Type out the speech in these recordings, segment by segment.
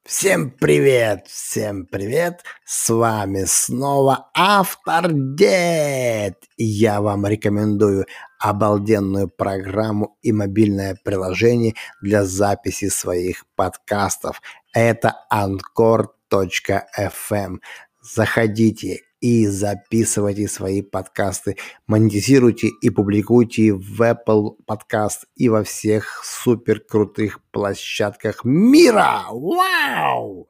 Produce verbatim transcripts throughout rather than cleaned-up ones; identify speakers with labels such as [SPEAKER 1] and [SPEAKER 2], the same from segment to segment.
[SPEAKER 1] Всем привет, всем привет, с вами снова Автор Дед. И я вам рекомендую обалденную программу и мобильное приложение для записи своих подкастов. Это анкор точка эф эм. Заходите и записывайте свои подкасты, монетизируйте и публикуйте в Apple Podcast и во всех супер крутых площадках мира. Вау!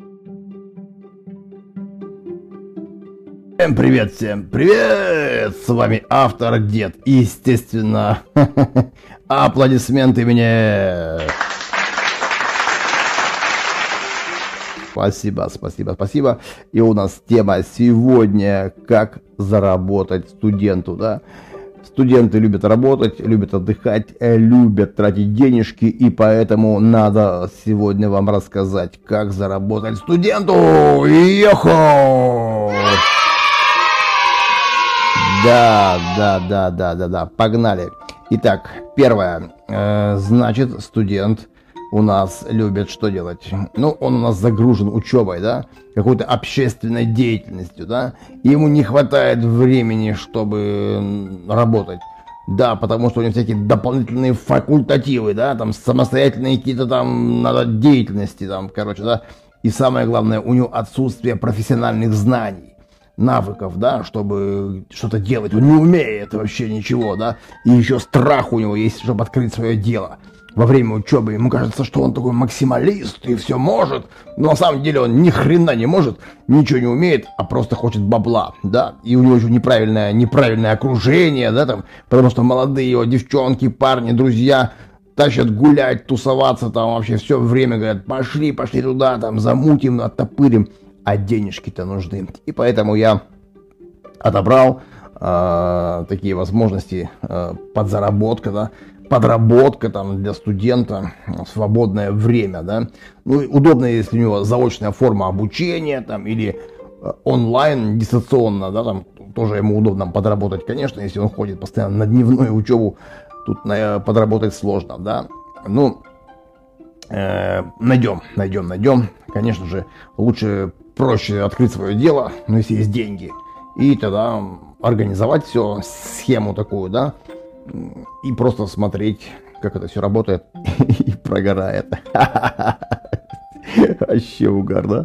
[SPEAKER 2] Всем привет, всем привет! С вами Автор Дед. И, естественно, аплодисменты мне! Спасибо, спасибо, спасибо. И у нас тема сегодня: как заработать студенту, да? Студенты любят работать, любят отдыхать, любят тратить денежки, и поэтому надо сегодня вам рассказать, как заработать студенту. Йохо! Да, да, да, да, да, да, погнали. Итак, первое, э, значит, студент у нас любит что делать? Ну, он у нас загружен учебой, да, какой-то общественной деятельностью, да, и ему не хватает времени, чтобы работать. Да, потому что у него всякие дополнительные факультативы, да, там самостоятельные какие-то там надо деятельности, там, короче, да. И самое главное, у него отсутствие профессиональных знаний, навыков, да, чтобы что-то делать. Он не умеет вообще ничего, да, и еще страх у него есть, чтобы открыть свое дело. Во время учебы ему кажется, что он такой максималист и все может, но на самом деле он ни хрена не может, ничего не умеет, а просто хочет бабла, да, и у него еще неправильное, неправильное окружение, да, там, потому что молодые его девчонки, парни, друзья тащат гулять, тусоваться, там вообще все время говорят: пошли, пошли туда, там, замутим, оттопырим, а денежки-то нужны. И поэтому я отобрал э, такие возможности э, подзаработка, да, подработка там для студента, свободное время, да. Ну, удобно, если у него заочная форма обучения там или онлайн, дистанционно, да, там тоже ему удобно подработать, конечно, если он ходит постоянно на дневную учебу, тут на, подработать сложно, да. Ну, э, найдем, найдем, найдем, конечно же, лучше проще открыть свое дело, но если есть деньги, и тогда организовать все, схему такую, да, и просто смотреть, как это все работает, и прогорает. Вообще угар, да?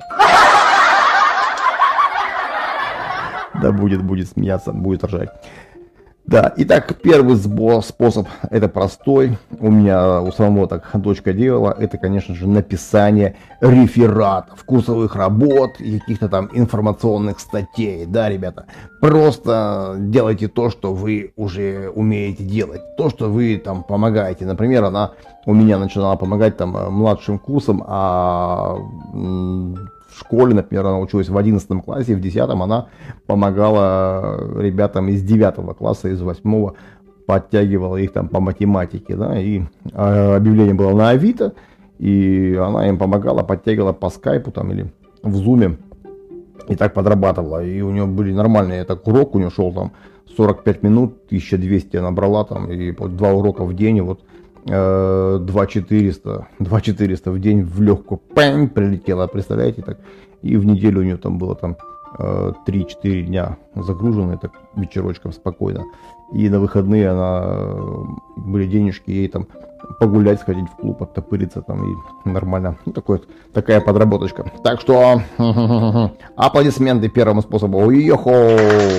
[SPEAKER 2] Да будет, будет смеяться, будет ржать. Да, итак, первый способ, это простой, у меня у самого так дочка делала, это, конечно же, написание рефератов, курсовых работ и каких-то там информационных статей, да, ребята. Просто делайте то, что вы уже умеете делать, то, что вы там помогаете. Например, она у меня начинала помогать там младшим курсам, а в школе, например, она училась в одиннадцатом классе, в десятом она помогала ребятам из девятого класса, из восьмого, подтягивала их там по математике, да, и э, объявление было на Авито, и она им помогала, подтягивала по скайпу там или в зуме, и так подрабатывала, и у нее были нормальные, так урок у нее шел там сорок пять минут, тысяча двести она брала там, и вот два урока в день, и вот два четыреста в день в легкую пэм, прилетела, представляете, так, и в неделю у нее там было там три-четыре дня загруженные, так, вечерочком спокойно, и на выходные она, были денежки, ей там погулять, сходить в клуб, оттопыриться там, и нормально, ну, такой, такая подработочка, так что аплодисменты первому способу. Йохо!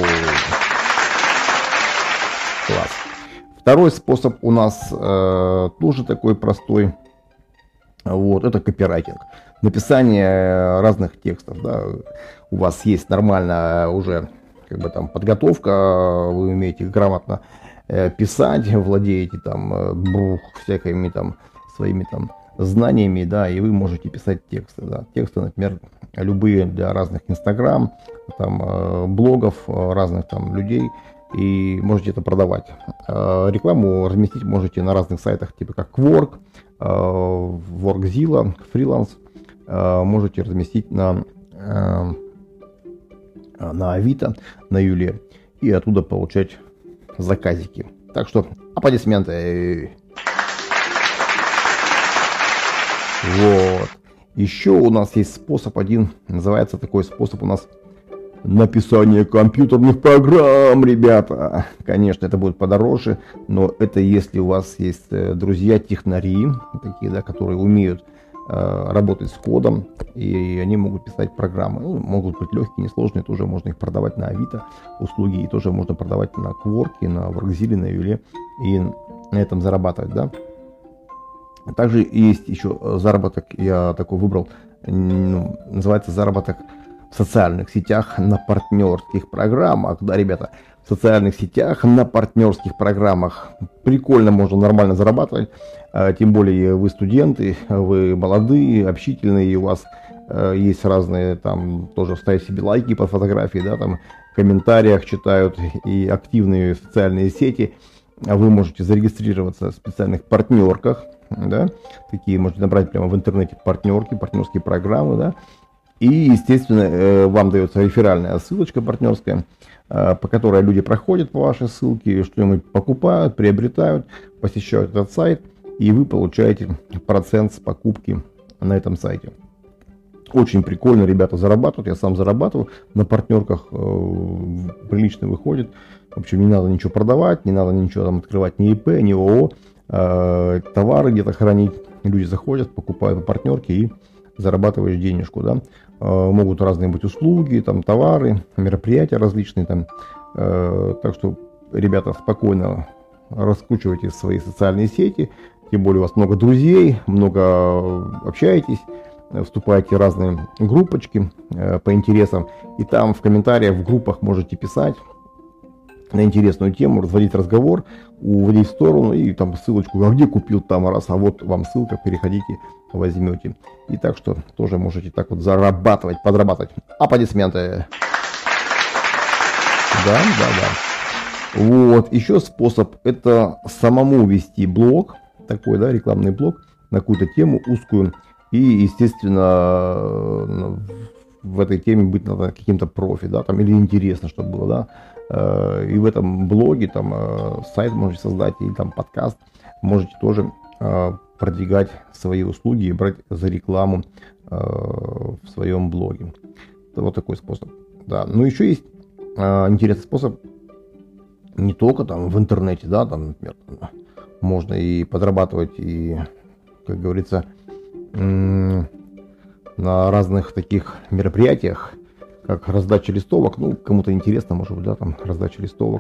[SPEAKER 2] Класс. Второй способ у нас э, тоже такой простой, вот, это копирайтинг, написание разных текстов, да. У вас есть нормальная уже как бы там подготовка, вы умеете грамотно э, писать, владеете там э, бух, всякими там своими там знаниями, да, и вы можете писать тексты, да, тексты, например, любые для разных инстаграм, там э, блогов э, разных там людей. И можете это продавать. Рекламу разместить можете на разных сайтах, типа как Quark, Workzilla, Freelance. Можете разместить на, на Авито, на Юле, и оттуда получать заказики. Так что аплодисменты. Вот. Еще у нас есть способ один, называется такой способ у нас написание компьютерных программ, ребята. Конечно, это будет подороже, но это если у вас есть друзья-технари, такие, да, которые умеют э, работать с кодом, и они могут писать программы. Ну, могут быть легкие, несложные, тоже можно их продавать на Авито, услуги, и тоже можно продавать на Quark, на Workzilla, на Юле, и на этом зарабатывать, да. Также есть еще заработок, я такой выбрал, ну, называется заработок в социальных сетях на партнерских программах. Да, ребята, в социальных сетях на партнерских программах прикольно, можно нормально зарабатывать, тем более вы студенты, вы молодые, общительные, и у вас есть разные, там, тоже ставить себе лайки под фотографии, да, там, в комментариях читают, и активные социальные сети. Вы можете зарегистрироваться в специальных партнерках, да, такие можете набрать прямо в интернете партнерки, партнерские программы, да, и, естественно, вам дается реферальная ссылочка партнерская, по которой люди проходят по вашей ссылке, что-нибудь покупают, приобретают, посещают этот сайт, и вы получаете процент с покупки на этом сайте. Очень прикольно ребята зарабатывают, я сам зарабатываю, на партнерках э, прилично выходит. В общем, не надо ничего продавать, не надо ничего там открывать, ни ИП, ни ООО, э, товары где-то хранить. Люди заходят, покупают по партнерке и зарабатываешь денежку, да. Э, могут разные быть услуги, там товары, мероприятия различные там. Э, так что, ребята, спокойно раскручивайте свои социальные сети, тем более у вас много друзей, много общаетесь. Вступаете в разные группочки э, по интересам, и там в комментариях в группах можете писать на интересную тему, разводить разговор, уводить в сторону, и там ссылочку, а где купил там раз, а вот вам ссылка, переходите, возьмете. И так что тоже можете так вот зарабатывать, подрабатывать. Аплодисменты. Да, да, да. Вот, еще способ, это самому вести блог, такой, да, рекламный блог на какую-то тему узкую. И, естественно, в этой теме быть надо каким-то профи, да, там, или интересно, чтобы было, да. И в этом блоге, там, сайт можете создать, или там подкаст, можете тоже продвигать свои услуги и брать за рекламу в своем блоге. Это вот такой способ. Да. Но еще есть интересный способ не только там в интернете, да, там, например, можно и подрабатывать, и, как говорится, на разных таких мероприятиях, как раздача листовок, ну, кому-то интересно, может быть, да, там, раздача листовок,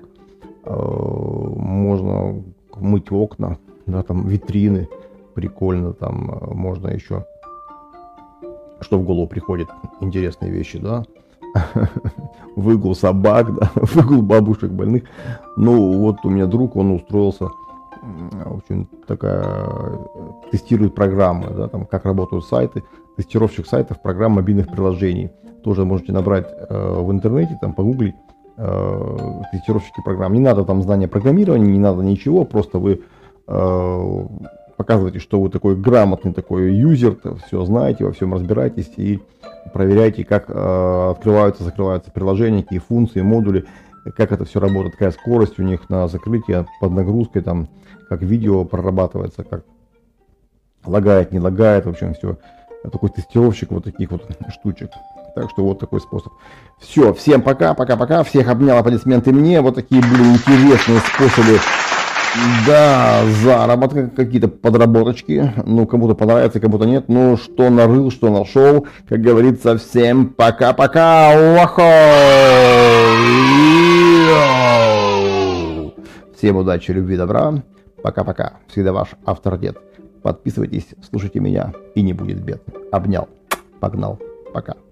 [SPEAKER 2] можно мыть окна, да, там, витрины, прикольно, там, можно еще, что в голову приходит, интересные вещи, да, выгул собак, да, выгул бабушек больных. Ну, вот у меня друг, он устроился, в общем, такая, тестирует программы, да, там, как работают сайты, тестировщик сайтов, программ мобильных приложений. Тоже можете набрать э, в интернете, там, погуглить э, тестировщики программ. Не надо там знания программирования, не надо ничего, просто вы э, показываете, что вы такой грамотный такой юзер, все знаете, во всем разбираетесь и проверяйте, как э, открываются, закрываются приложения, какие функции, модули, как это все работает, какая скорость у них на закрытие под нагрузкой, там, как видео прорабатывается, как лагает, не лагает, в общем, все. Такой тестировщик вот таких вот штучек. Так что вот такой способ. Все, всем пока, пока-пока, всех обнял, аплодисменты мне. Вот такие были интересные способы, да, заработка, какие-то подработочки. Ну, кому-то понравится, кому-то нет. Ну, что нарыл, что нашел. Как говорится, всем пока-пока. Всем удачи, любви, добра. Пока-пока. Всегда ваш автор-дед. Подписывайтесь, слушайте меня, и не будет бед. Обнял, погнал, пока.